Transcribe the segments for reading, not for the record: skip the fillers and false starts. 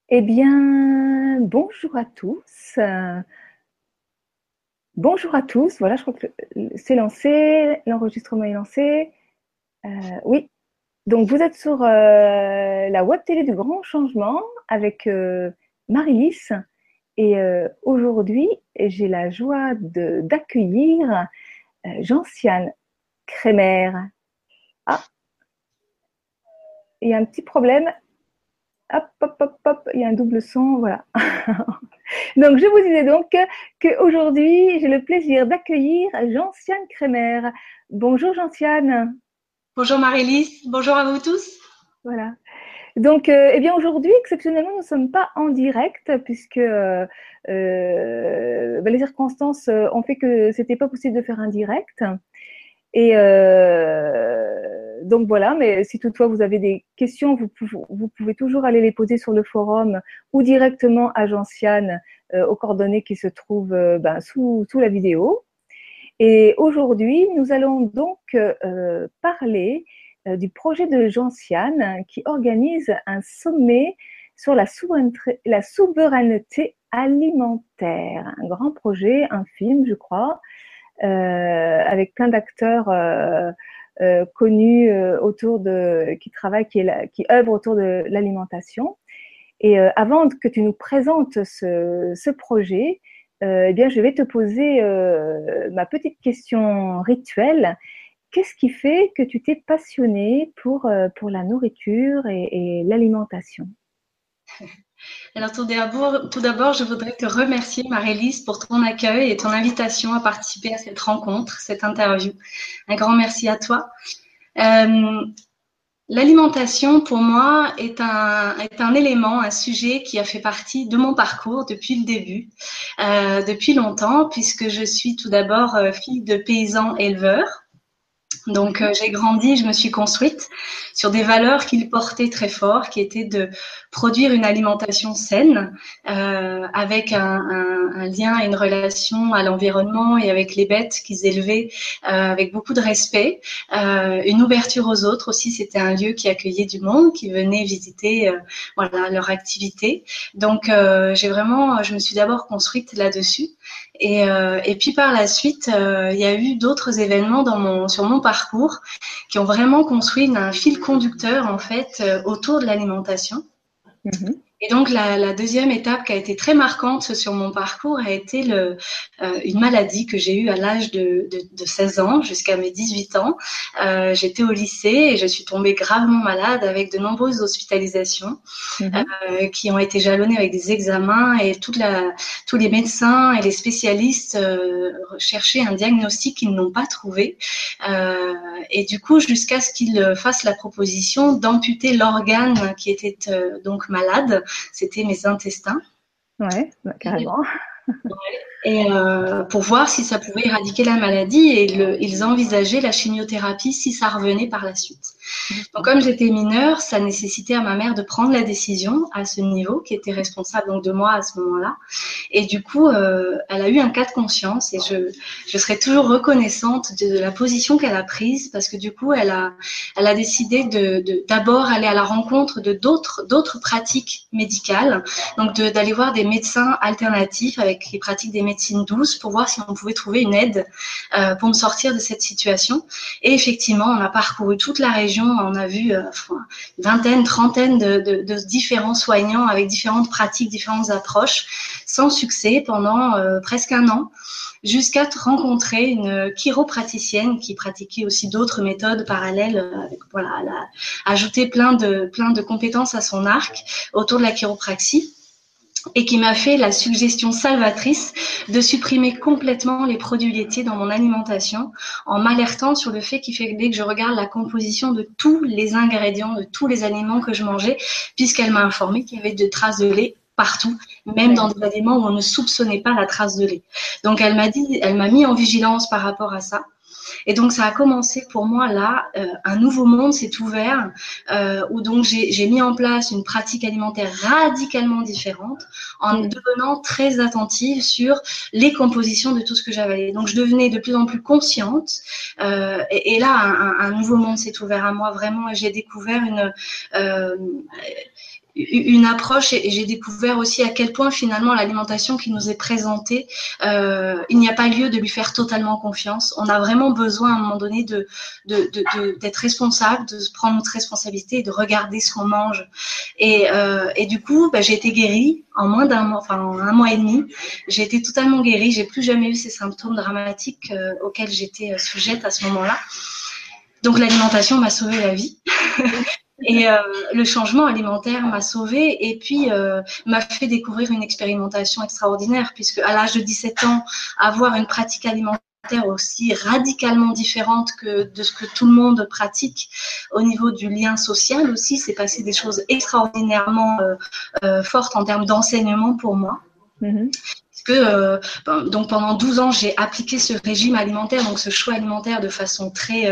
Eh bien, bonjour à tous. Bonjour à tous. Voilà, je crois que c'est lancé, l'enregistrement est lancé. Oui, donc vous êtes sur la web télé du Grand Changement avec Marie-Lys. Et aujourd'hui, j'ai la joie d'accueillir Gentiane Crémer. Ah, il y a un petit problème. Hop, hop, hop, hop, il y a un double son, voilà. Donc, je vous disais donc qu'aujourd'hui, j'ai le plaisir d'accueillir Gentiane Crémer. Bonjour Gentiane. Bonjour Marie-Lys, bonjour à vous tous. Voilà. Donc, eh bien aujourd'hui, exceptionnellement, nous ne sommes pas en direct puisque les circonstances ont fait que c'était pas possible de faire un direct. Et donc voilà, mais si toutefois vous avez des questions, vous pouvez toujours aller les poser sur le forum ou directement à Gentiane aux coordonnées qui se trouvent sous la vidéo. Et aujourd'hui, nous allons donc parler du projet de Gentiane qui organise un sommet sur la souveraineté alimentaire. Un grand projet, un film, je crois, avec plein d'acteurs connus qui œuvrent autour de l'alimentation. Et avant que tu nous présentes ce projet, eh bien, je vais te poser ma petite question rituelle. Qu'est-ce qui fait que tu t'es passionnée pour la nourriture et l'alimentation? Alors tout d'abord, je voudrais te remercier Marie-Lys pour ton accueil et ton invitation à participer à cette rencontre, cette interview. Un grand merci à toi. Euh, L'alimentation, pour moi, est un élément, un sujet qui a fait partie de mon parcours depuis le début, depuis longtemps, puisque je suis tout d'abord fille de paysans éleveurs. Donc, j'ai grandi, je me suis construite sur des valeurs qu'ils portaient très fort, qui étaient de produire une alimentation saine, avec un lien et une relation à l'environnement et avec les bêtes qu'ils élevaient, avec beaucoup de respect, une ouverture aux autres aussi. C'était un lieu qui accueillait du monde, qui venait visiter, voilà, leur activité. Donc, je me suis d'abord construite là-dessus. Et puis par la suite, il y a eu d'autres événements sur mon parcours qui ont vraiment construit un fil conducteur en fait autour de l'alimentation. Mhm. Et donc la deuxième étape qui a été très marquante sur mon parcours a été une maladie que j'ai eue à l'âge de 16 ans jusqu'à mes 18 ans. J'étais au lycée et je suis tombée gravement malade avec de nombreuses hospitalisations Mhm. qui ont été jalonnés avec des examens et tous les médecins et les spécialistes cherchaient un diagnostic qu'ils n'ont pas trouvé. Et du coup, jusqu'à ce qu'ils fassent la proposition d'amputer l'organe qui était donc malade, c'était mes intestins. Ouais, bah, carrément. Et pour voir si ça pouvait éradiquer la maladie et ils envisageaient la chimiothérapie si ça revenait par la suite. Donc, D'accord. comme j'étais mineure, ça nécessitait à ma mère de prendre la décision à ce niveau, qui était responsable donc de moi à ce moment-là. Et du coup, elle a eu un cas de conscience et je serai toujours reconnaissante de la position qu'elle a prise parce que du coup, elle a décidé d'abord aller à la rencontre de d'autres pratiques médicales, donc d'aller voir des médecins alternatifs qui pratiquent des médecines douces pour voir si on pouvait trouver une aide pour me sortir de cette situation. Et effectivement, on a parcouru toute la région, on a vu une vingtaine, trentaine de différents soignants avec différentes pratiques, différentes approches, sans succès pendant presque un an, jusqu'à rencontrer une chiropraticienne qui pratiquait aussi d'autres méthodes parallèles. Voilà, elle a ajouté plein de compétences à son arc autour de la chiropraxie et qui m'a fait la suggestion salvatrice de supprimer complètement les produits laitiers dans mon alimentation en m'alertant sur le fait qu'il fallait que je regarde la composition de tous les ingrédients, de tous les aliments que je mangeais, puisqu'elle m'a informé qu'il y avait des traces de lait partout, même dans Ouais. des aliments où on ne soupçonnait pas la trace de lait. Donc elle m'a mis en vigilance par rapport à ça. Et donc ça a commencé pour moi là, un nouveau monde s'est ouvert où donc j'ai mis en place une pratique alimentaire radicalement différente en Mm. devenant très attentive sur les compositions de tout ce que j'avalais. Donc je devenais de plus en plus consciente et là un nouveau monde s'est ouvert à moi vraiment et j'ai découvert une approche et j'ai découvert aussi à quel point finalement l'alimentation qui nous est présentée, il n'y a pas lieu de lui faire totalement confiance. On a vraiment besoin à un moment donné d'être responsable, de se prendre notre responsabilité et de regarder ce qu'on mange. Et du coup, j'ai été guérie en moins d'un mois, enfin en un mois et demi. J'ai été totalement guérie. J'ai plus jamais eu ces symptômes dramatiques auxquels j'étais sujette à ce moment-là. Donc l'alimentation m'a sauvé la vie. Et le changement alimentaire m'a sauvée et puis m'a fait découvrir une expérimentation extraordinaire puisque à l'âge de 17 ans, avoir une pratique alimentaire aussi radicalement différente que de ce que tout le monde pratique au niveau du lien social aussi, c'est passé des choses extraordinairement fortes en termes d'enseignement pour moi. Donc pendant 12 ans, j'ai appliqué ce régime alimentaire, donc ce choix alimentaire de façon très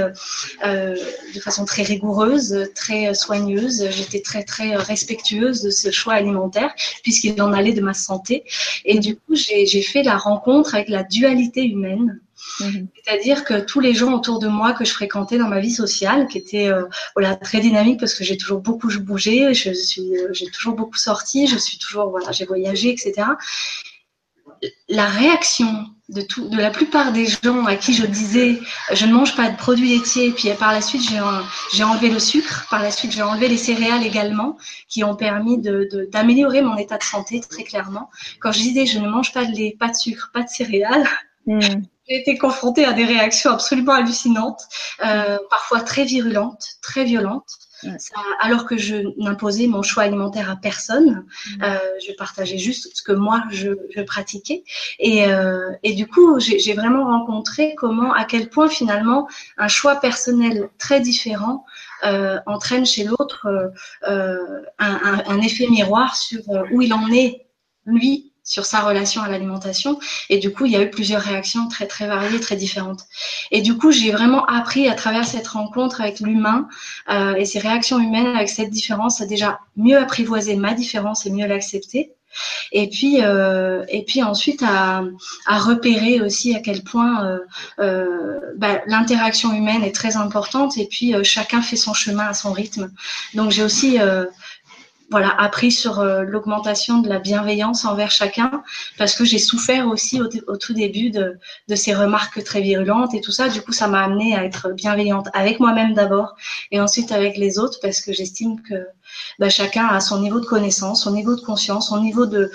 rigoureuse, très soigneuse. J'étais très respectueuse de ce choix alimentaire puisqu'il en allait de ma santé. Et du coup, j'ai fait la rencontre avec la dualité humaine. C'est-à-dire que tous les gens autour de moi que je fréquentais dans ma vie sociale, qui étaient très dynamiques parce que j'ai toujours beaucoup bougé, j'ai toujours beaucoup sorti, j'ai voyagé, etc. La réaction de la plupart des gens à qui je disais je ne mange pas de produits laitiers, puis par la suite j'ai enlevé le sucre, par la suite j'ai enlevé les céréales également, qui ont permis d'améliorer mon état de santé très clairement. Quand je disais je ne mange pas de lait, pas de sucre, pas de céréales, j'ai été confrontée à des réactions absolument hallucinantes, parfois très virulentes, très violentes. Alors que je n'imposais mon choix alimentaire à personne, je partageais juste ce que moi je pratiquais et du coup j'ai vraiment rencontré à quel point finalement un choix personnel très différent entraîne chez l'autre un effet miroir sur où il en est lui sur sa relation à l'alimentation. Et du coup, il y a eu plusieurs réactions très variées, très différentes. Et du coup, j'ai vraiment appris à travers cette rencontre avec l'humain et ces réactions humaines avec cette différence à déjà mieux apprivoiser ma différence et mieux l'accepter. Et puis ensuite à repérer aussi à quel point l'interaction humaine est très importante et puis chacun fait son chemin à son rythme. Donc j'ai aussi appris sur l'augmentation de la bienveillance envers chacun parce que j'ai souffert aussi au tout début de ces remarques très virulentes et tout ça. Du coup, ça m'a amenée à être bienveillante avec moi-même d'abord et ensuite avec les autres parce que j'estime que chacun a son niveau de connaissance, son niveau de conscience, son niveau de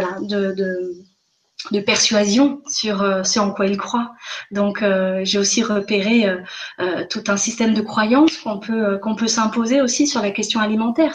persuasion sur ce en quoi il croit. Donc j'ai aussi repéré tout un système de croyances qu'on peut s'imposer aussi sur la question alimentaire.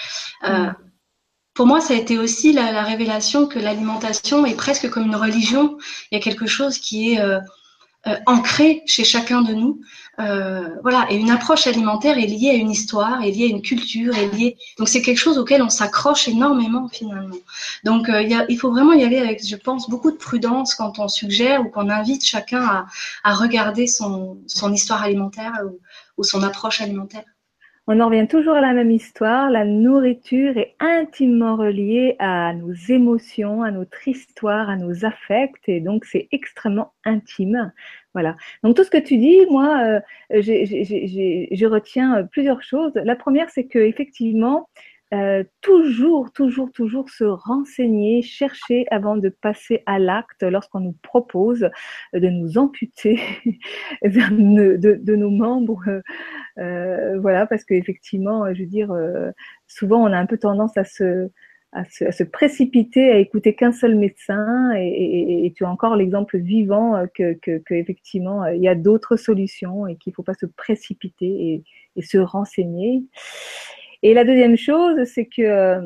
Pour moi, ça a été aussi la révélation que l'alimentation est presque comme une religion. Il y a quelque chose qui est ancré chez chacun de nous. Et une approche alimentaire est liée à une histoire, est liée à une culture, donc c'est quelque chose auquel on s'accroche énormément finalement. Donc il faut vraiment y aller avec, je pense, beaucoup de prudence quand on suggère ou qu'on invite chacun à regarder son histoire alimentaire ou son approche alimentaire. On en revient toujours à la même histoire. La nourriture est intimement reliée à nos émotions, à notre histoire, à nos affects, et donc c'est extrêmement intime. Voilà. Donc tout ce que tu dis, moi, je retiens plusieurs choses. La première, c'est que effectivement, toujours se renseigner, chercher avant de passer à l'acte lorsqu'on nous propose de nous amputer de nos membres. Parce qu'effectivement, je veux dire, souvent on a un peu tendance à se précipiter, à écouter qu'un seul médecin, et tu as encore l'exemple vivant que effectivement il y a d'autres solutions et qu'il ne faut pas se précipiter et se renseigner. Et la deuxième chose, c'est que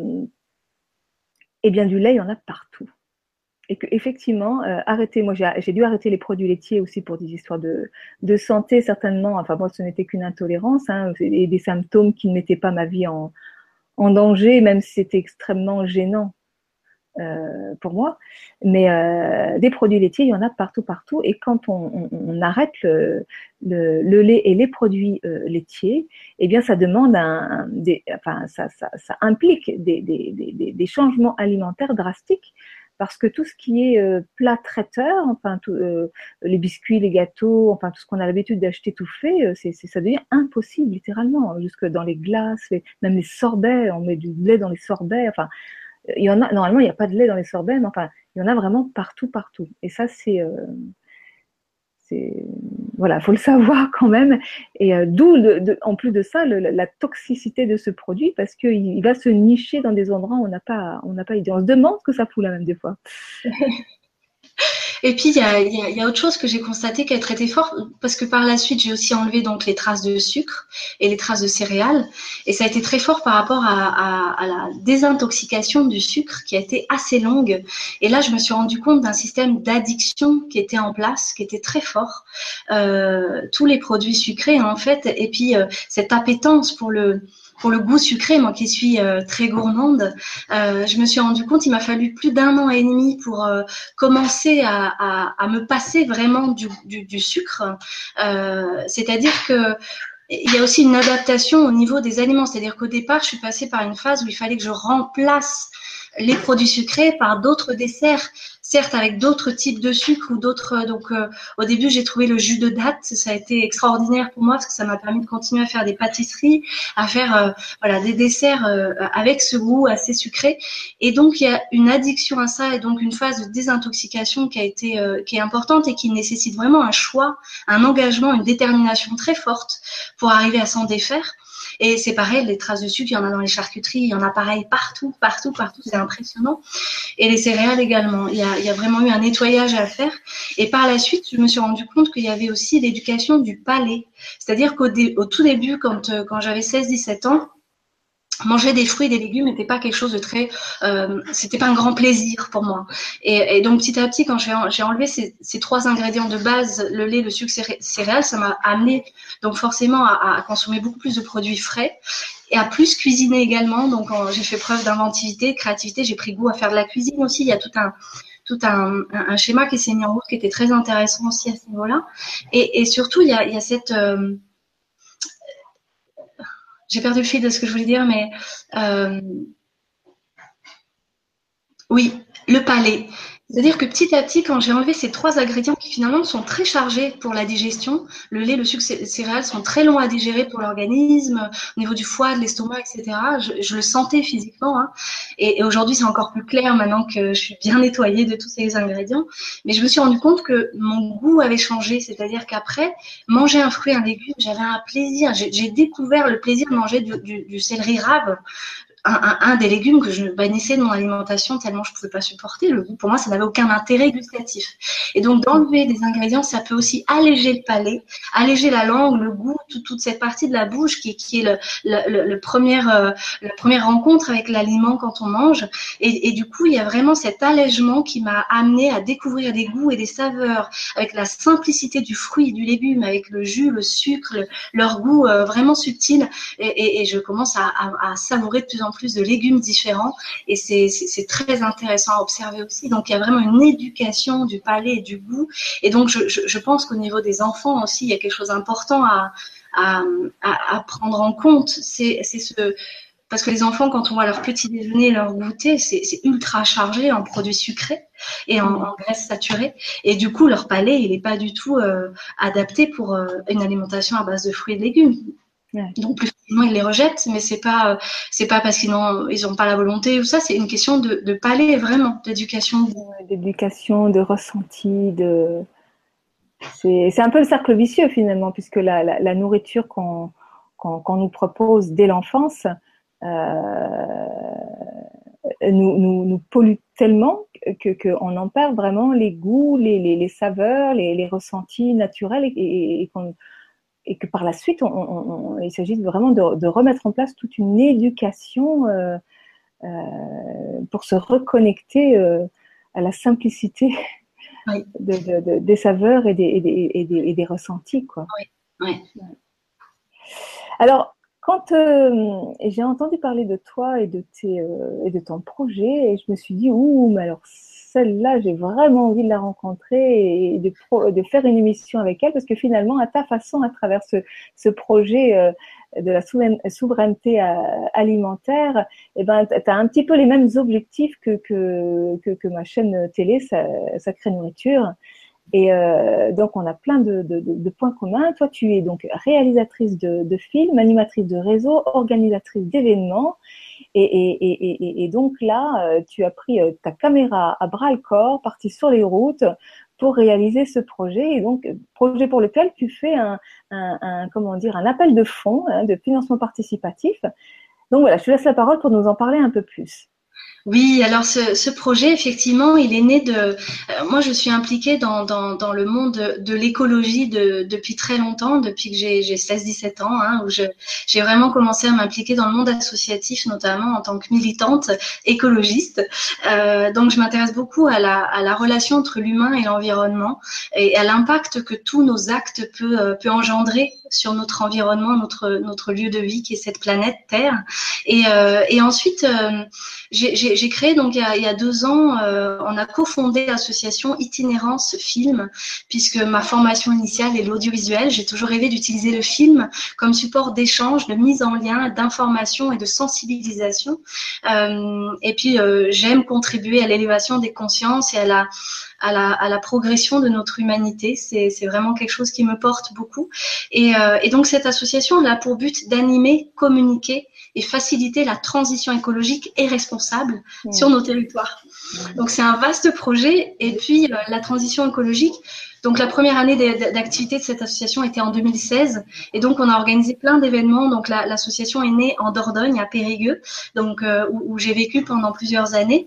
du lait, il y en a partout. Et que effectivement, moi j'ai dû arrêter les produits laitiers aussi pour des histoires de santé certainement. Enfin moi, ce n'était qu'une intolérance et des symptômes qui ne mettaient pas ma vie en danger, même si c'était extrêmement gênant pour moi. Mais des produits laitiers, il y en a partout. Et quand on arrête le lait et les produits laitiers, eh bien ça demande ça implique des changements alimentaires drastiques. parce que tout ce qui est plat traiteur, enfin les biscuits, les gâteaux, enfin tout ce qu'on a l'habitude d'acheter tout fait, ça devient impossible littéralement, jusque dans les glaces, même les sorbets, on met du lait dans les sorbets, enfin il y en a, normalement il n'y a pas de lait dans les sorbets, mais enfin il y en a vraiment partout, partout. Et ça voilà, faut le savoir quand même. Et d'où, en plus de ça, la toxicité de ce produit, parce qu'il va se nicher dans des endroits où on n'a pas idée. On se demande ce que ça fout là même des fois. Et puis, il y a autre chose que j'ai constaté qui a été fort, parce que par la suite, j'ai aussi enlevé donc les traces de sucre et les traces de céréales. Et ça a été très fort par rapport à la désintoxication du sucre qui a été assez longue. Et là, je me suis rendu compte d'un système d'addiction qui était en place, qui était très fort. Tous les produits sucrés, en fait, et puis cette appétence pour le goût sucré, moi qui suis très gourmande, je me suis rendu compte, il m'a fallu plus d'1 an et demi pour commencer à me passer vraiment du sucre. C'est-à-dire que il y a aussi une adaptation au niveau des aliments. C'est-à-dire qu'au départ, je suis passée par une phase où il fallait que je remplace les produits sucrés par d'autres desserts, certes avec d'autres types de sucre ou d'autres. Donc, au début, j'ai trouvé le jus de date. Ça a été extraordinaire pour moi parce que ça m'a permis de continuer à faire des pâtisseries, à faire voilà des desserts avec ce goût assez sucré. Et donc, il y a une addiction à ça et donc une phase de désintoxication qui est importante et qui nécessite vraiment un choix, un engagement, une détermination très forte pour arriver à s'en défaire. Et c'est pareil, les traces de sucre, il y en a dans les charcuteries, il y en a pareil partout, partout, partout, c'est impressionnant. Et les céréales également. Il y a vraiment eu un nettoyage à faire. Et par la suite, je me suis rendu compte qu'il y avait aussi l'éducation du palais. C'est-à-dire qu'au tout début, quand j'avais 16-17 ans, manger des fruits et des légumes n'était pas quelque chose de très, c'était pas un grand plaisir pour moi. Et donc petit à petit, quand j'ai enlevé ces 3 ingrédients de base, le lait, le sucre, céréales, ça m'a amené donc forcément à consommer beaucoup plus de produits frais et à plus cuisiner également. Donc j'ai fait preuve d'inventivité, de créativité, j'ai pris goût à faire de la cuisine aussi. Il y a tout un schéma qui s'est mis en route qui était très intéressant aussi à ce niveau-là. Et surtout, il y a cette j'ai perdu le fil de ce que je voulais dire, mais oui, le palais. C'est-à-dire que petit à petit, quand j'ai enlevé ces 3 ingrédients qui finalement sont très chargés pour la digestion, le lait, le sucre, les céréales sont très longs à digérer pour l'organisme, au niveau du foie, de l'estomac, etc. Je le sentais physiquement. Hein. Et aujourd'hui, c'est encore plus clair maintenant que je suis bien nettoyée de tous ces ingrédients. Mais je me suis rendu compte que mon goût avait changé. C'est-à-dire qu'après, manger un fruit, un légume, j'avais un plaisir. J'ai découvert le plaisir de manger du céleri rave. Un des légumes que je bannissais de mon alimentation tellement je pouvais pas supporter. Le goût, pour moi, ça n'avait aucun intérêt gustatif. Et donc, d'enlever des ingrédients, ça peut aussi alléger le palais, alléger la langue, le goût, toute cette partie de la bouche qui est la première rencontre avec l'aliment quand on mange. Et du coup, il y a vraiment cet allègement qui m'a amené à découvrir des goûts et des saveurs avec la simplicité du fruit et du légume, avec le jus, le sucre, leur goût vraiment subtil. Et je commence à savourer de plus en plus de légumes différents et c'est très intéressant à observer aussi. Donc il y a vraiment une éducation du palais et du goût et donc je pense qu'au niveau des enfants aussi il y a quelque chose d'important à prendre en compte. C'est parce que les enfants, quand on voit leur petit déjeuner, leur goûter, c'est ultra chargé en produits sucrés et en graisses saturées. Et du coup, leur palais, il n'est pas du tout adapté pour une alimentation à base de fruits et de légumes. Ouais. Donc plus facilement ils les rejettent, mais c'est pas parce qu'ils ont pas la volonté ou ça, c'est une question de palais vraiment, d'éducation, d'éducation, de ressenti, c'est un peu le cercle vicieux finalement, puisque la nourriture qu'on nous propose dès l'enfance nous pollue tellement qu'on en perd vraiment les goûts, les saveurs, les ressentis naturels et que par la suite, il s'agit vraiment de remettre en place toute une éducation pour se reconnecter à la simplicité oui. des saveurs et des ressentis. Quoi. Oui. Oui. Alors, quand j'ai entendu parler de toi et de ton projet, et je me suis dit, mais alors celle-là, j'ai vraiment envie de la rencontrer et de faire une émission avec elle, parce que finalement, à ta façon, à travers ce projet de la souveraineté alimentaire, eh ben, tu as un petit peu les mêmes objectifs que ma chaîne télé, Sacrée Nourriture. Et donc, on a plein de points communs. Toi, tu es donc réalisatrice de films, animatrice de réseau, organisatrice d'événements. Et donc là, tu as pris ta caméra à bras le corps, parti sur les routes pour réaliser ce projet. Et donc, projet pour lequel tu fais comment dire, un appel de fonds, de financement participatif. Donc voilà, je te laisse la parole pour nous en parler un peu plus. Oui, alors ce projet, effectivement, il est né de. Moi, je suis impliquée dans le monde de l'écologie depuis très longtemps, depuis que j'ai 16-17 ans, où j'ai vraiment commencé à m'impliquer dans le monde associatif, notamment en tant que militante écologiste. Donc, je m'intéresse beaucoup à la relation entre l'humain et l'environnement et à l'impact que tous nos actes peut engendrer sur notre environnement, notre lieu de vie qui est cette planète Terre. Et ensuite, j'ai créé donc il y a 2 ans, on a cofondé l'association Itinérance Film, puisque ma formation initiale est l'audiovisuel. J'ai toujours rêvé d'utiliser le film comme support d'échange, de mise en lien, d'information et de sensibilisation. Et puis j'aime contribuer à l'élévation des consciences et à la progression de notre humanité. C'est vraiment quelque chose qui me porte beaucoup. Et donc cette association a pour but d'animer, communiquer et faciliter la transition écologique et responsable sur nos territoires. Donc c'est un vaste projet. Et puis la transition écologique, donc la première année d'activité de cette association était en 2016. Et donc on a organisé plein d'événements. Donc l'association est née en Dordogne, à Périgueux, donc où j'ai vécu pendant plusieurs années.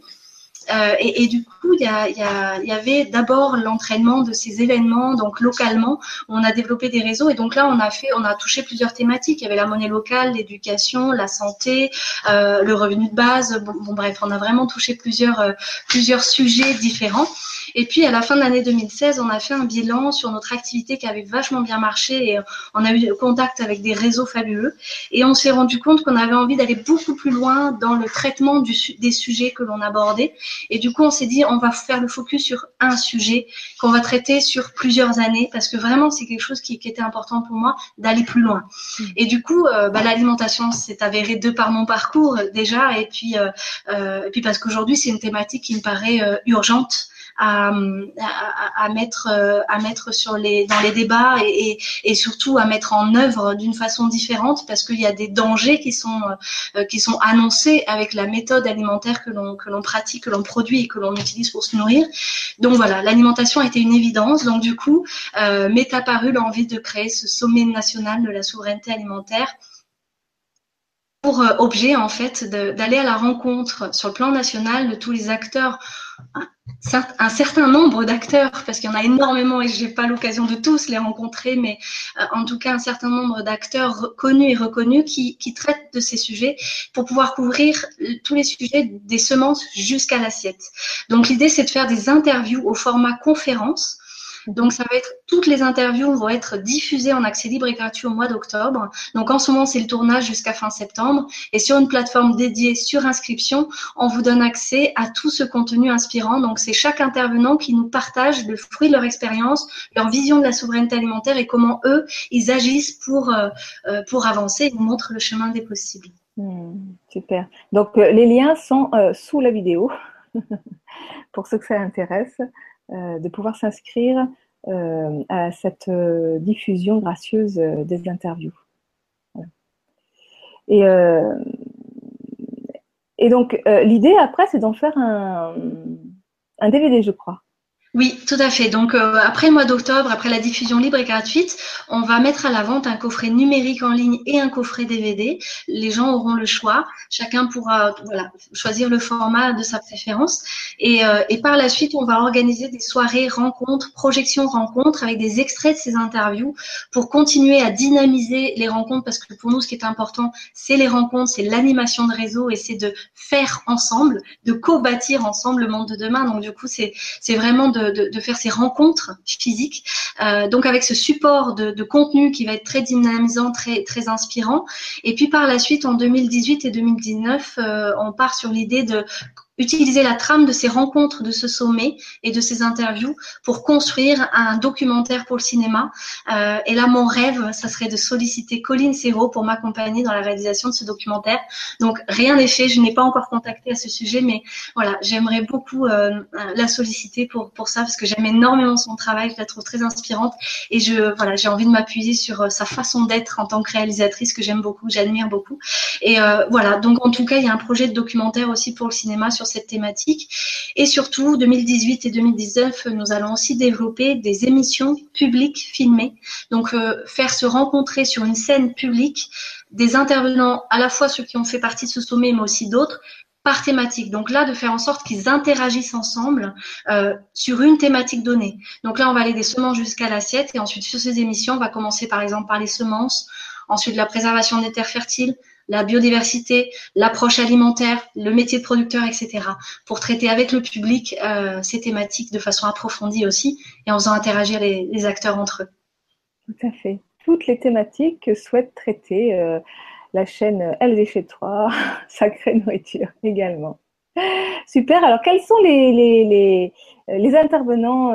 Et du coup, il y avait d'abord l'entraînement de ces événements, donc localement, on a développé des réseaux. Et donc là, on a touché plusieurs thématiques. Il y avait la monnaie locale, l'éducation, la santé, le revenu de base. Bon, bref, on a vraiment touché plusieurs sujets différents. Et puis, à la fin de l'année 2016, on a fait un bilan sur notre activité qui avait vachement bien marché et on a eu contact avec des réseaux fabuleux. Et on s'est rendu compte qu'on avait envie d'aller beaucoup plus loin dans le traitement des sujets que l'on abordait. Et du coup, on s'est dit, on va faire le focus sur un sujet qu'on va traiter sur plusieurs années parce que vraiment, c'est quelque chose qui était important pour moi d'aller plus loin. Et du coup, l'alimentation s'est avérée de par mon parcours déjà et puis parce qu'aujourd'hui, c'est une thématique qui me paraît urgente à mettre dans les débats et surtout à mettre en œuvre d'une façon différente parce qu'il y a des dangers qui sont annoncés avec la méthode alimentaire que l'on pratique, que l'on produit et que l'on utilise pour se nourrir. Donc voilà, l'alimentation a été une évidence. Donc du coup, m'est apparue l'envie de créer ce sommet national de la souveraineté alimentaire pour objet en fait d'aller à la rencontre sur le plan national de tous les acteurs, un certain nombre d'acteurs, parce qu'il y en a énormément et je n'ai pas l'occasion de tous les rencontrer, mais en tout cas un certain nombre d'acteurs connus et reconnus qui traitent de ces sujets pour pouvoir couvrir tous les sujets des semences jusqu'à l'assiette. Donc l'idée c'est de faire des interviews au format conférence. Donc, ça va être, toutes les interviews vont être diffusées en accès libre et gratuit au mois d'octobre. Donc, en ce moment, c'est le tournage jusqu'à fin septembre. Et sur une plateforme dédiée sur inscription, on vous donne accès à tout ce contenu inspirant. Donc, c'est chaque intervenant qui nous partage le fruit de leur expérience, leur vision de la souveraineté alimentaire et comment eux, ils agissent pour avancer et nous montrent le chemin des possibles. Super. Donc, les liens sont sous la vidéo pour ceux que ça intéresse. De pouvoir s'inscrire à cette diffusion gracieuse des interviews. Voilà. Et donc, l'idée après, c'est d'en faire un DVD, je crois. Oui, tout à fait. Donc, après le mois d'octobre, après la diffusion libre et gratuite, on va mettre à la vente un coffret numérique en ligne et un coffret DVD. Les gens auront le choix. Chacun pourra choisir le format de sa préférence. Et par la suite, on va organiser des soirées rencontres, projections rencontres avec des extraits de ces interviews pour continuer à dynamiser les rencontres parce que pour nous, ce qui est important, c'est les rencontres, c'est l'animation de réseau et c'est de faire ensemble, de co-bâtir ensemble le monde de demain. Donc, du coup, c'est vraiment de faire ces rencontres physiques. Donc avec ce support de contenu qui va être très dynamisant, très, très inspirant. Et puis par la suite, en 2018 et 2019, on part sur l'idée de utiliser la trame de ces rencontres, de ce sommet et de ces interviews pour construire un documentaire pour le cinéma. Et là, mon rêve, ça serait de solliciter Colline Serrault pour m'accompagner dans la réalisation de ce documentaire. Donc, rien n'est fait. Je n'ai pas encore contacté à ce sujet, mais voilà, j'aimerais beaucoup la solliciter pour ça parce que j'aime énormément son travail. Je la trouve très inspirante et j'ai envie de m'appuyer sur sa façon d'être en tant que réalisatrice que j'aime beaucoup, j'admire beaucoup. Et voilà, donc en tout cas, il y a un projet de documentaire aussi pour le cinéma sur cette thématique. Et surtout, 2018 et 2019, nous allons aussi développer des émissions publiques filmées. Donc, faire se rencontrer sur une scène publique des intervenants, à la fois ceux qui ont fait partie de ce sommet, mais aussi d'autres, par thématique. Donc là, de faire en sorte qu'ils interagissent ensemble sur une thématique donnée. Donc là, on va aller des semences jusqu'à l'assiette et ensuite, sur ces émissions, on va commencer par exemple par les semences, ensuite la préservation des terres fertiles, la biodiversité, l'approche alimentaire, le métier de producteur, etc. pour traiter avec le public ces thématiques de façon approfondie aussi et en faisant interagir les acteurs entre eux. Tout à fait. Toutes les thématiques que souhaite traiter la chaîne LD chez 3, Sacrée Nourriture également. Super. Alors, quels sont les intervenants,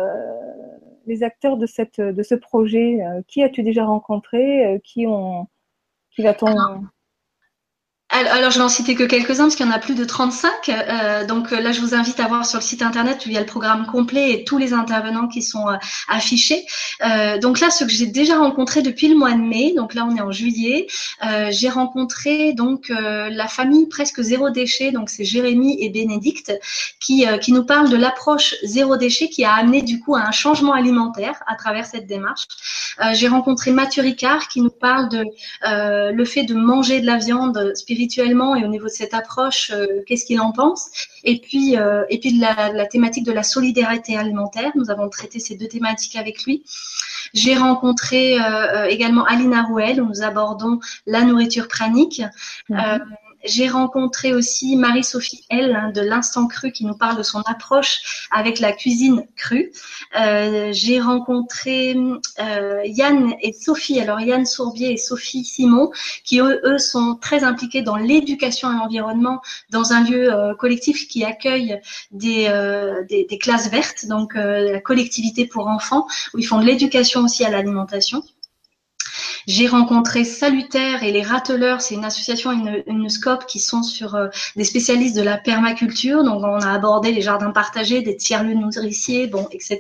les acteurs de ce projet? Qui as-tu déjà rencontré? Qui va-t-on… Alors, je vais en citer que quelques-uns parce qu'il y en a plus de 35. Donc là, je vous invite à voir sur le site internet où il y a le programme complet et tous les intervenants qui sont affichés. Donc là, ceux que j'ai déjà rencontrés depuis le mois de mai, donc là on est en juillet, j'ai rencontré donc la famille presque zéro déchet, donc c'est Jérémy et Bénédicte qui nous parlent de l'approche zéro déchet qui a amené du coup à un changement alimentaire à travers cette démarche. J'ai rencontré Mathieu Ricard qui nous parle de le fait de manger de la viande spirituellement et au niveau de cette approche, qu'est-ce qu'il en pense. Et puis de la thématique de la solidarité alimentaire. Nous avons traité ces deux thématiques avec lui. J'ai rencontré également Alina Rouel où nous abordons la nourriture pranique. J'ai rencontré aussi Marie-Sophie L de l'Instant Cru qui nous parle de son approche avec la cuisine crue. J'ai rencontré Yann et Sophie, alors Yann Sourbier et Sophie Simon, qui eux sont très impliqués dans l'éducation à l'environnement dans un lieu collectif qui accueille des classes vertes, donc la collectivité pour enfants, où ils font de l'éducation aussi à l'alimentation. J'ai rencontré Salutaire et les Rateleurs, c'est une association, une SCOP qui sont sur des spécialistes de la permaculture. Donc, on a abordé les jardins partagés, des tiers-lieux nourriciers, bon, etc.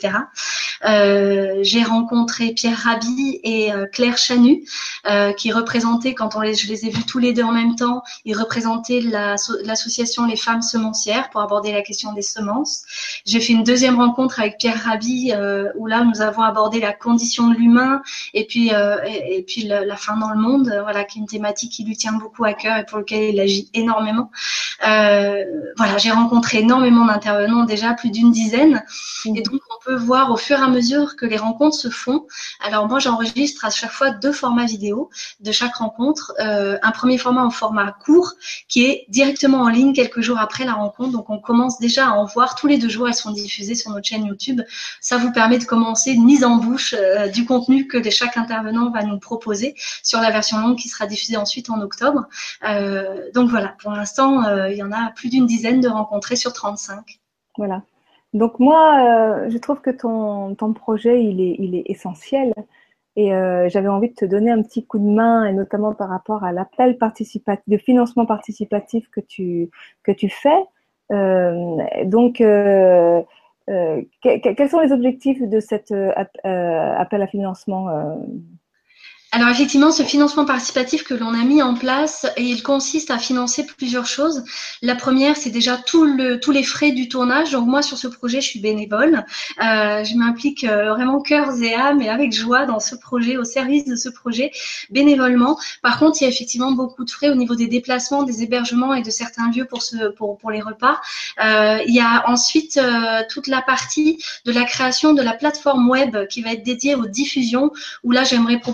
J'ai rencontré Pierre Rabhi et Claire Chanu, qui représentaient, je les ai vus tous les deux en même temps, ils représentaient l'association Les Femmes Semencières pour aborder la question des semences. J'ai fait une deuxième rencontre avec Pierre Rabhi, où là, nous avons abordé la condition de l'humain et puis la faim dans le monde, voilà, qui est une thématique qui lui tient beaucoup à cœur et pour lequel il agit énormément. Voilà, j'ai rencontré énormément d'intervenants, déjà plus d'une dizaine, et donc on peut voir au fur et à mesure que les rencontres se font. Alors moi, j'enregistre à chaque fois 2 formats vidéo de chaque rencontre. Un premier format en format court qui est directement en ligne quelques jours après la rencontre, donc on commence déjà à en voir tous les 2 jours. Elles sont diffusées sur notre chaîne YouTube. Ça vous permet de commencer une mise en bouche du contenu que chaque intervenant va nous proposer sur la version longue qui sera diffusée ensuite en octobre. Donc voilà, pour l'instant, il y en a plus d'une dizaine de rencontrés sur 35. Voilà. Donc moi, je trouve que ton projet, il est essentiel. Et j'avais envie de te donner un petit coup de main, et notamment par rapport à l'appel participatif, de financement participatif que tu fais. Donc, quels sont les objectifs de cet appel à financement Alors effectivement, ce financement participatif que l'on a mis en place, et il consiste à financer plusieurs choses. La première, c'est déjà tous les frais du tournage. Donc moi, sur ce projet, je suis bénévole. Je m'implique vraiment cœur et âme et avec joie dans ce projet, au service de ce projet, bénévolement. Par contre, il y a effectivement beaucoup de frais au niveau des déplacements, des hébergements et de certains lieux pour les repas. Il y a ensuite toute la partie de la création de la plateforme web qui va être dédiée aux diffusions, où là, j'aimerais proposer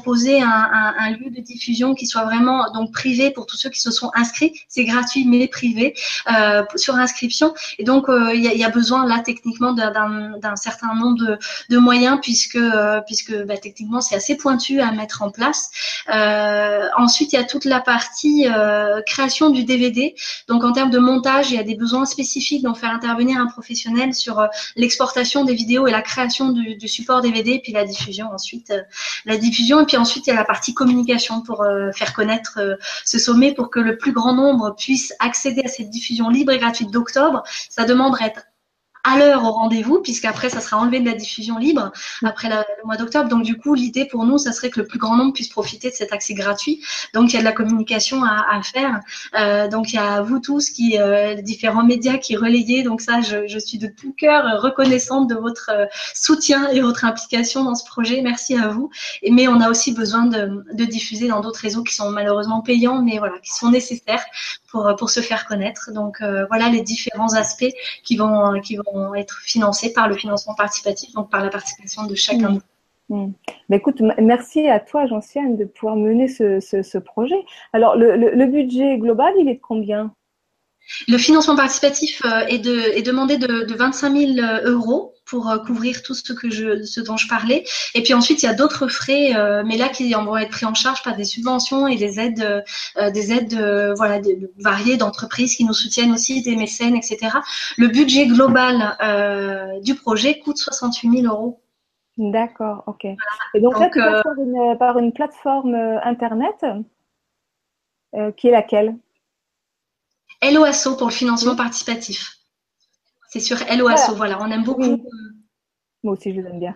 un lieu de diffusion qui soit vraiment donc privé pour tous ceux qui se sont inscrits. C'est gratuit mais privé sur inscription. Et donc il y a besoin là techniquement d'un certain nombre de moyens puisque techniquement c'est assez pointu à mettre en place. Ensuite il y a toute la partie création du DVD. Donc en termes de montage, il y a des besoins spécifiques, donc faire intervenir un professionnel sur l'exportation des vidéos et la création du support DVD, et puis la diffusion ensuite. Et puis ensuite il y a la partie communication pour faire connaître ce sommet pour que le plus grand nombre puisse accéder à cette diffusion libre et gratuite d'octobre. Ça demande d'être à l'heure au rendez-vous, puisqu'après, ça sera enlevé de la diffusion libre après le mois d'octobre. Donc, du coup, l'idée pour nous, ça serait que le plus grand nombre puisse profiter de cet accès gratuit. Donc, il y a de la communication à faire. Donc, il y a vous tous les différents médias qui relayez. Donc, ça, je suis de tout cœur reconnaissante de votre soutien et votre implication dans ce projet. Merci à vous. Mais on a aussi besoin de diffuser dans d'autres réseaux qui sont malheureusement payants, mais voilà, qui sont nécessaires pour se faire connaître. Donc, voilà les différents aspects qui vont être financés par le financement participatif, donc par la participation de chacun de nous. Écoute, merci à toi, Gentiane, de pouvoir mener ce projet. Alors, le budget global, il est de combien? Le financement participatif est demandé de 25 000 € pour couvrir tout ce dont je parlais. Et puis ensuite, il y a d'autres frais, mais là qui vont être pris en charge par des subventions et des aides variées d'entreprises qui nous soutiennent aussi, des mécènes, etc. Le budget global du projet coûte 68 000 €. D'accord, ok. Et donc là, tu passes par une plateforme Internet qui est laquelle? Helloasso pour le financement participatif. C'est sur Helloasso, voilà. On aime beaucoup. Oui. Moi aussi, je les aime bien.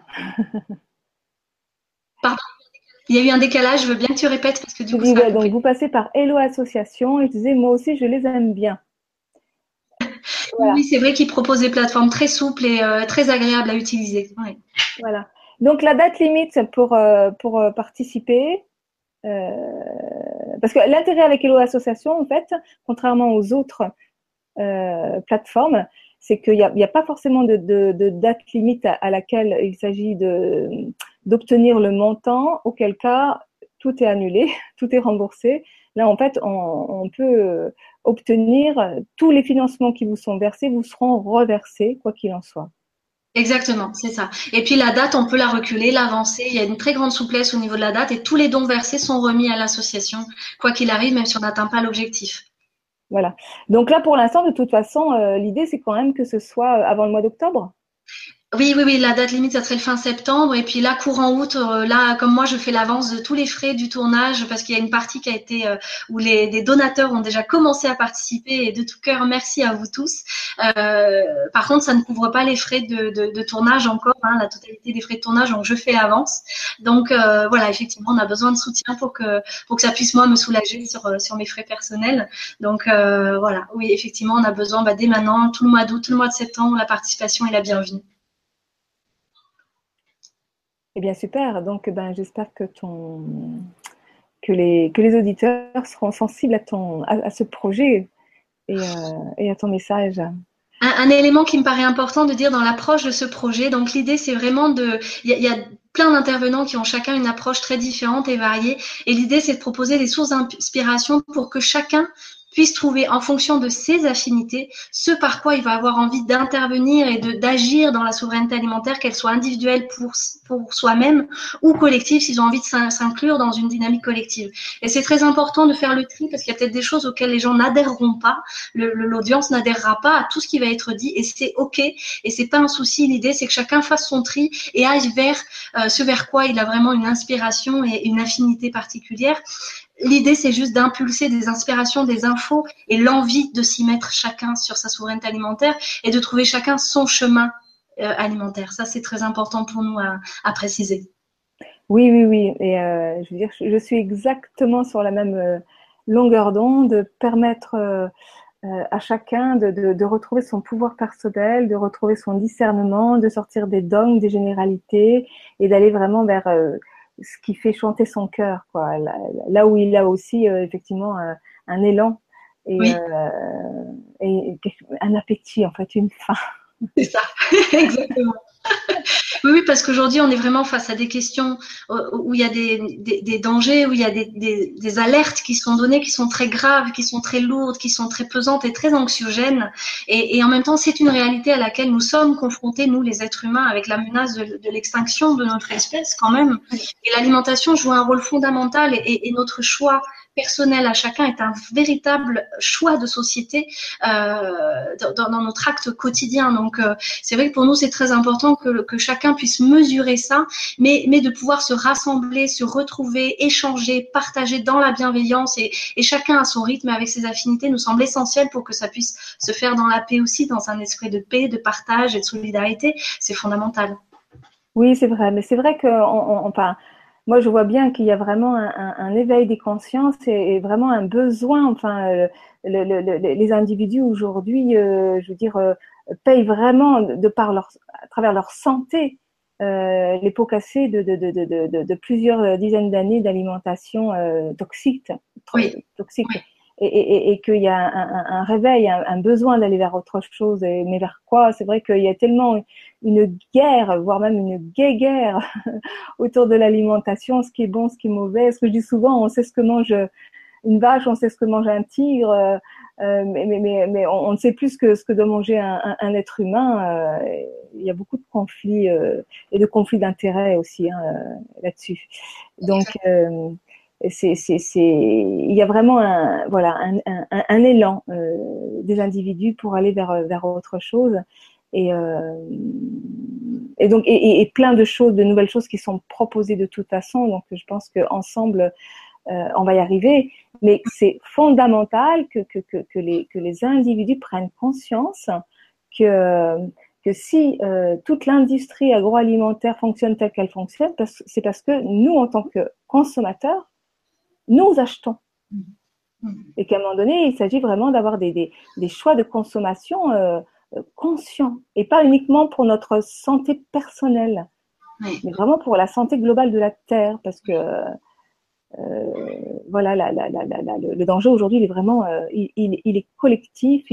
Pardon, il y a eu un décalage, je veux bien que tu répètes parce que du coup, ça a donc vous passez par Hello Association et tu disais, moi aussi, je les aime bien. Voilà. Oui, c'est vrai qu'ils proposent des plateformes très souples et très agréables à utiliser. Ouais. Voilà. Donc, la date limite pour participer, parce que l'intérêt avec Hello Association, en fait, contrairement aux autres plateformes, c'est qu'il n'y a pas forcément de date limite à laquelle il s'agit d'obtenir le montant, auquel cas, tout est annulé, tout est remboursé. Là, en fait, on peut obtenir tous les financements qui vous sont versés, vous seront reversés, quoi qu'il en soit. Exactement, c'est ça. Et puis la date, on peut la reculer, l'avancer. Il y a une très grande souplesse au niveau de la date et tous les dons versés sont remis à l'association, quoi qu'il arrive, même si on n'atteint pas l'objectif. Voilà. Donc là, pour l'instant, de toute façon, l'idée, c'est quand même que ce soit avant le mois d'octobre. Oui, la date limite, ça serait le fin septembre. Et puis là, courant août, là, comme moi, je fais l'avance de tous les frais du tournage parce qu'il y a une partie qui a été où des donateurs ont déjà commencé à participer et de tout cœur, merci à vous tous. Par contre, ça ne couvre pas les frais de tournage encore, la totalité des frais de tournage, donc je fais l'avance. Donc voilà, effectivement, on a besoin de soutien pour que ça puisse moi me soulager sur mes frais personnels. Donc voilà, oui, effectivement, on a besoin dès maintenant, tout le mois d'août, tout le mois de septembre, la participation est la bienvenue. Eh bien, super. Donc, j'espère que les auditeurs seront sensibles à ce projet et à ton message. Un élément qui me paraît important de dire dans l'approche de ce projet, donc l'idée c'est vraiment il y a plein d'intervenants qui ont chacun une approche très différente et variée, et l'idée c'est de proposer des sources d'inspiration pour que chacun puisse trouver en fonction de ses affinités ce par quoi il va avoir envie d'intervenir et d'agir dans la souveraineté alimentaire, qu'elle soit individuelle pour soi-même ou collective s'ils ont envie de s'inclure dans une dynamique collective. Et c'est très important de faire le tri parce qu'il y a peut-être des choses auxquelles les gens n'adhéreront pas, l'audience n'adhérera pas à tout ce qui va être dit et c'est ok et c'est pas un souci. L'idée c'est que chacun fasse son tri et aille vers ce vers quoi il a vraiment une inspiration et une affinité particulière. L'idée, c'est juste d'impulser des inspirations, des infos et l'envie de s'y mettre chacun sur sa souveraineté alimentaire et de trouver chacun son chemin alimentaire. Ça, c'est très important pour nous à préciser. Oui. Et je veux dire, je suis exactement sur la même longueur d'onde, de permettre à chacun de retrouver son pouvoir personnel, de retrouver son discernement, de sortir des dogmes, des généralités et d'aller vraiment vers ce qui fait chanter son cœur, quoi. Là où il a aussi effectivement un élan et, oui. Et un appétit, en fait, une faim. C'est ça, exactement. Oui, oui, parce qu'aujourd'hui, on est vraiment face à des questions où il y a des dangers, où il y a des alertes qui sont données, qui sont très graves, qui sont très lourdes, qui sont très pesantes et très anxiogènes. Et en même temps, c'est une réalité à laquelle nous sommes confrontés, nous, les êtres humains, avec la menace de l'extinction de notre espèce quand même. Et l'alimentation joue un rôle fondamental et notre choix personnel à chacun est un véritable choix de société dans notre acte quotidien. Donc, c'est vrai que pour nous, c'est très important que chacun puisse mesurer ça, mais de pouvoir se rassembler, se retrouver, échanger, partager dans la bienveillance et chacun à son rythme avec ses affinités nous semble essentiel pour que ça puisse se faire dans la paix aussi, dans un esprit de paix, de partage et de solidarité. C'est fondamental. Oui, c'est vrai, mais c'est vrai que, enfin, moi, je vois bien qu'il y a vraiment un éveil des consciences et vraiment un besoin. Enfin, les individus aujourd'hui, je veux dire, payent vraiment de par à travers leur santé les pots cassés de plusieurs dizaines d'années d'alimentation toxique, Oui, toxique. oui. Et qu'il y a un réveil, un besoin d'aller vers autre chose. Mais vers quoi? C'est vrai qu'il y a tellement une guerre, voire même une guerre autour de l'alimentation, ce qui est bon, ce qui est mauvais. Ce que je dis souvent, on sait ce que mange une vache, on sait ce que mange un tigre, mais on ne sait plus ce que doit manger un être humain. Il y a beaucoup de conflits et de conflits d'intérêts aussi là-dessus. Donc, il y a vraiment un élan des individus pour aller vers autre chose. Et, euh, et donc et plein de choses, de nouvelles choses qui sont proposées de toute façon. Donc je pense qu'ensemble on va y arriver. Mais c'est fondamental que les individus prennent conscience que que si toute l'industrie agroalimentaire fonctionne telle qu'elle fonctionne, c'est parce que nous, en tant que consommateurs, nous achetons. Et qu'à un moment donné, il s'agit vraiment d'avoir des choix de consommation conscients et pas uniquement pour notre santé personnelle, Oui. mais vraiment pour la santé globale de la Terre, parce que voilà, le danger aujourd'hui, il est vraiment, il est collectif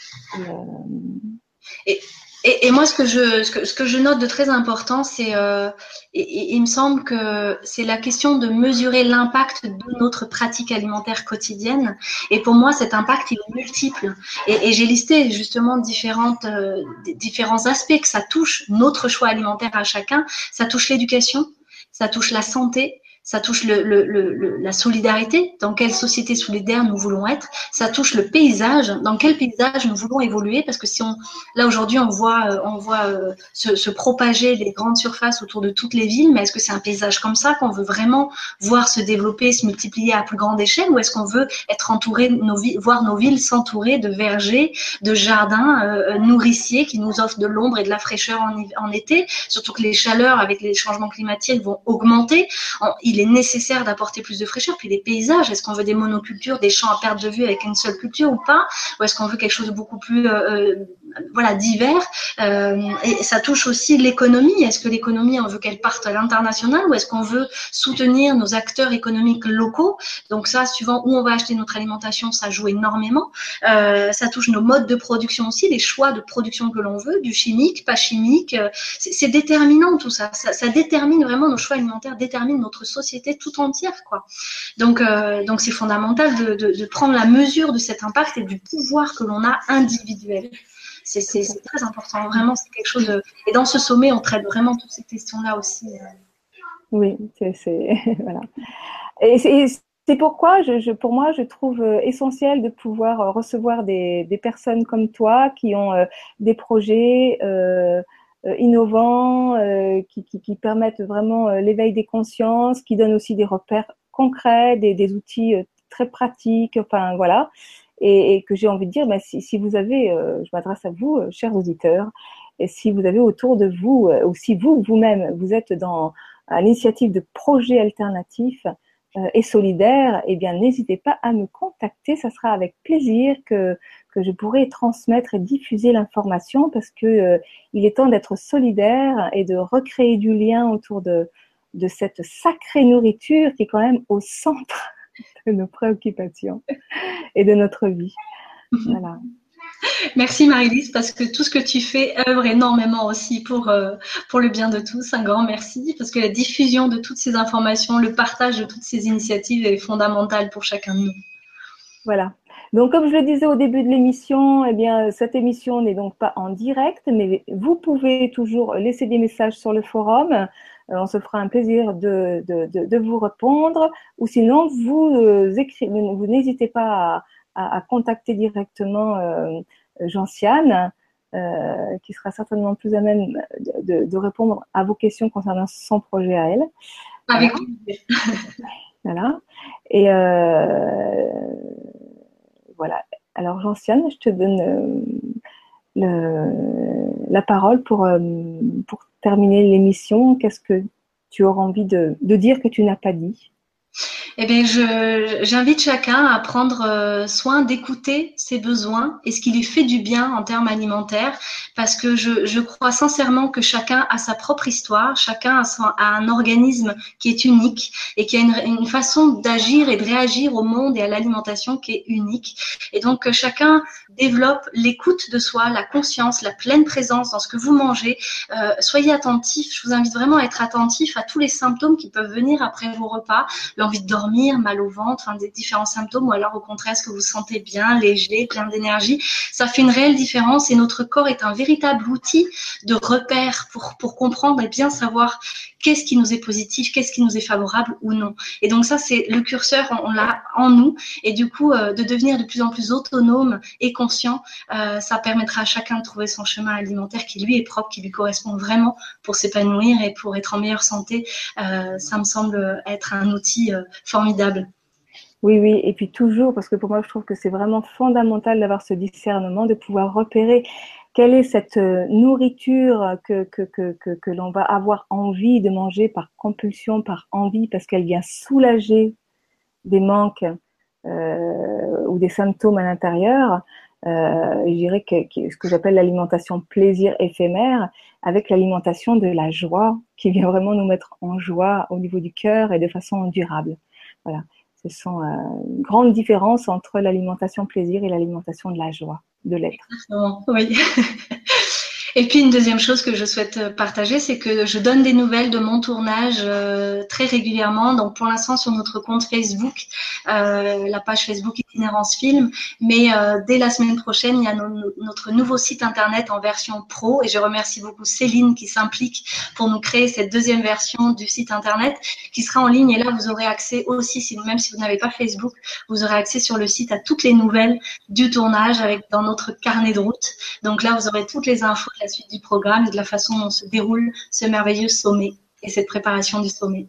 Et, et moi, ce que je note de très important, c'est, il me semble que c'est la question de mesurer l'impact de notre pratique alimentaire quotidienne. Et pour moi, cet impact, il est multiple. Et j'ai listé justement différents aspects que ça touche notre choix alimentaire à chacun. Ça touche l'éducation, ça touche la santé, ça touche la solidarité, dans quelle société solidaire nous voulons être, ça touche le paysage, dans quel paysage nous voulons évoluer, parce que si on, là aujourd'hui on voit se propager les grandes surfaces autour de toutes les villes, mais est-ce que c'est un paysage comme ça qu'on veut vraiment voir se développer, se multiplier à plus grande échelle, ou est-ce qu'on veut être entouré, voir nos villes s'entourer de vergers, de jardins nourriciers qui nous offrent de l'ombre et de la fraîcheur en été, surtout que les chaleurs avec les changements climatiques vont augmenter. Il est nécessaire d'apporter plus de fraîcheur. Puis les paysages, est-ce qu'on veut des monocultures, des champs à perte de vue avec une seule culture ou pas, ou est-ce qu'on veut quelque chose de beaucoup plus voilà, divers et ça touche aussi l'économie. Est-ce que l'économie, on veut qu'elle parte à l'international ou est-ce qu'on veut soutenir nos acteurs économiques locaux? Donc ça, suivant où on va acheter notre alimentation, ça joue énormément. Ça touche nos modes de production aussi, les choix de production que l'on veut, du chimique, pas chimique. C'est déterminant tout ça. Ça détermine vraiment nos choix alimentaires, détermine notre société tout entière, quoi. Donc c'est fondamental de prendre la mesure de cet impact et du pouvoir que l'on a individuel. C'est très important, vraiment, c'est quelque chose de... Et dans ce sommet, on traite vraiment toutes ces questions-là aussi. oui, voilà. Et c'est pourquoi, pour moi, je trouve essentiel de pouvoir recevoir des personnes comme toi qui ont des projets innovants, qui permettent vraiment l'éveil des consciences, qui donnent aussi des repères concrets, des outils très pratiques, enfin voilà. Et que j'ai envie de dire, bah, si vous avez, je m'adresse à vous, chers auditeurs, et si vous avez autour de vous, ou si vous-même, vous êtes à l'initiative de projets alternatifs et solidaires, eh bien, n'hésitez pas à me contacter. Ça sera avec plaisir que je pourrai transmettre et diffuser l'information parce que il est temps d'être solidaire et de recréer du lien autour de cette sacrée nourriture qui est quand même au centre de nos préoccupations et de notre vie. Voilà. Merci Marie-Lise, parce que tout ce que tu fais œuvre énormément aussi pour le bien de tous. Un grand merci, parce que la diffusion de toutes ces informations, le partage de toutes ces initiatives est fondamental pour chacun de nous. Voilà. Donc, comme je le disais au début de l'émission, eh bien, cette émission n'est donc pas en direct, mais vous pouvez toujours laisser des messages sur le forum. On se fera un plaisir de vous répondre. Ou sinon, vous n'hésitez pas à contacter directement Gentiane, qui sera certainement plus à même de répondre à vos questions concernant son projet à elle. Avec Voilà. plaisir. Voilà. Et voilà. Alors, Gentiane, je te donne la parole pour terminer l'émission. Qu'est-ce que tu auras envie de dire que tu n'as pas dit? Eh bien, j'invite chacun à prendre soin d'écouter ses besoins et ce qui lui fait du bien en termes alimentaires, parce que je crois sincèrement que chacun a sa propre histoire, chacun a un organisme qui est unique et qui a une façon d'agir et de réagir au monde et à l'alimentation qui est unique. Et donc, que chacun développe l'écoute de soi, la conscience, la pleine présence dans ce que vous mangez. Soyez attentifs, je vous invite vraiment à être attentifs à tous les symptômes qui peuvent venir après vos repas, l'envie de dormir, mal au ventre, des différents symptômes, ou alors au contraire, est-ce que vous vous sentez bien, léger, plein d'énergie. Ça fait une réelle différence et notre corps est un véritable outil de repère pour comprendre et bien savoir qu'est-ce qui nous est positif, qu'est-ce qui nous est favorable ou non. Et donc ça, c'est le curseur, on l'a en nous. Et du coup, de devenir de plus en plus autonome et conscient, ça permettra à chacun de trouver son chemin alimentaire qui lui est propre, qui lui correspond vraiment pour s'épanouir et pour être en meilleure santé. Ça me semble être un outil formidable. Oui, oui, et puis toujours, parce que pour moi, je trouve que c'est vraiment fondamental d'avoir ce discernement, de pouvoir repérer quelle est cette nourriture que l'on va avoir envie de manger par compulsion, par envie, parce qu'elle vient soulager des manques ou des symptômes à l'intérieur. Je dirais que ce que j'appelle l'alimentation plaisir éphémère, avec l'alimentation de la joie, qui vient vraiment nous mettre en joie au niveau du cœur et de façon durable. Voilà. Ce sont une grande différence entre l'alimentation plaisir et l'alimentation de la joie, de l'être. Exactement, oui. Et puis une deuxième chose que je souhaite partager, c'est que je donne des nouvelles de mon tournage très régulièrement. Donc pour l'instant sur notre compte Facebook, la page Facebook Itinérance Film, mais dès la semaine prochaine, il y a notre nouveau site internet en version pro. Et je remercie beaucoup Céline qui s'implique pour nous créer cette deuxième version du site internet qui sera en ligne. Et là, vous aurez accès aussi, même si vous n'avez pas Facebook, vous aurez accès sur le site à toutes les nouvelles du tournage dans notre carnet de route. Donc là, vous aurez toutes les infos de la suite du programme et de la façon dont se déroule ce merveilleux sommet et cette préparation du sommet.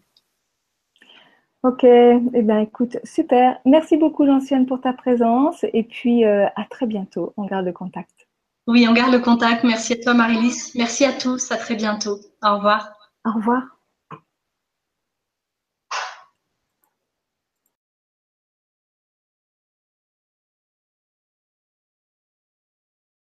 Ok, eh bien écoute, super. Merci beaucoup Gentiane pour ta présence et puis à très bientôt. On garde le contact. Oui, on garde le contact. Merci à toi Marie-Lise. Merci à tous. À très bientôt. Au revoir. Au revoir.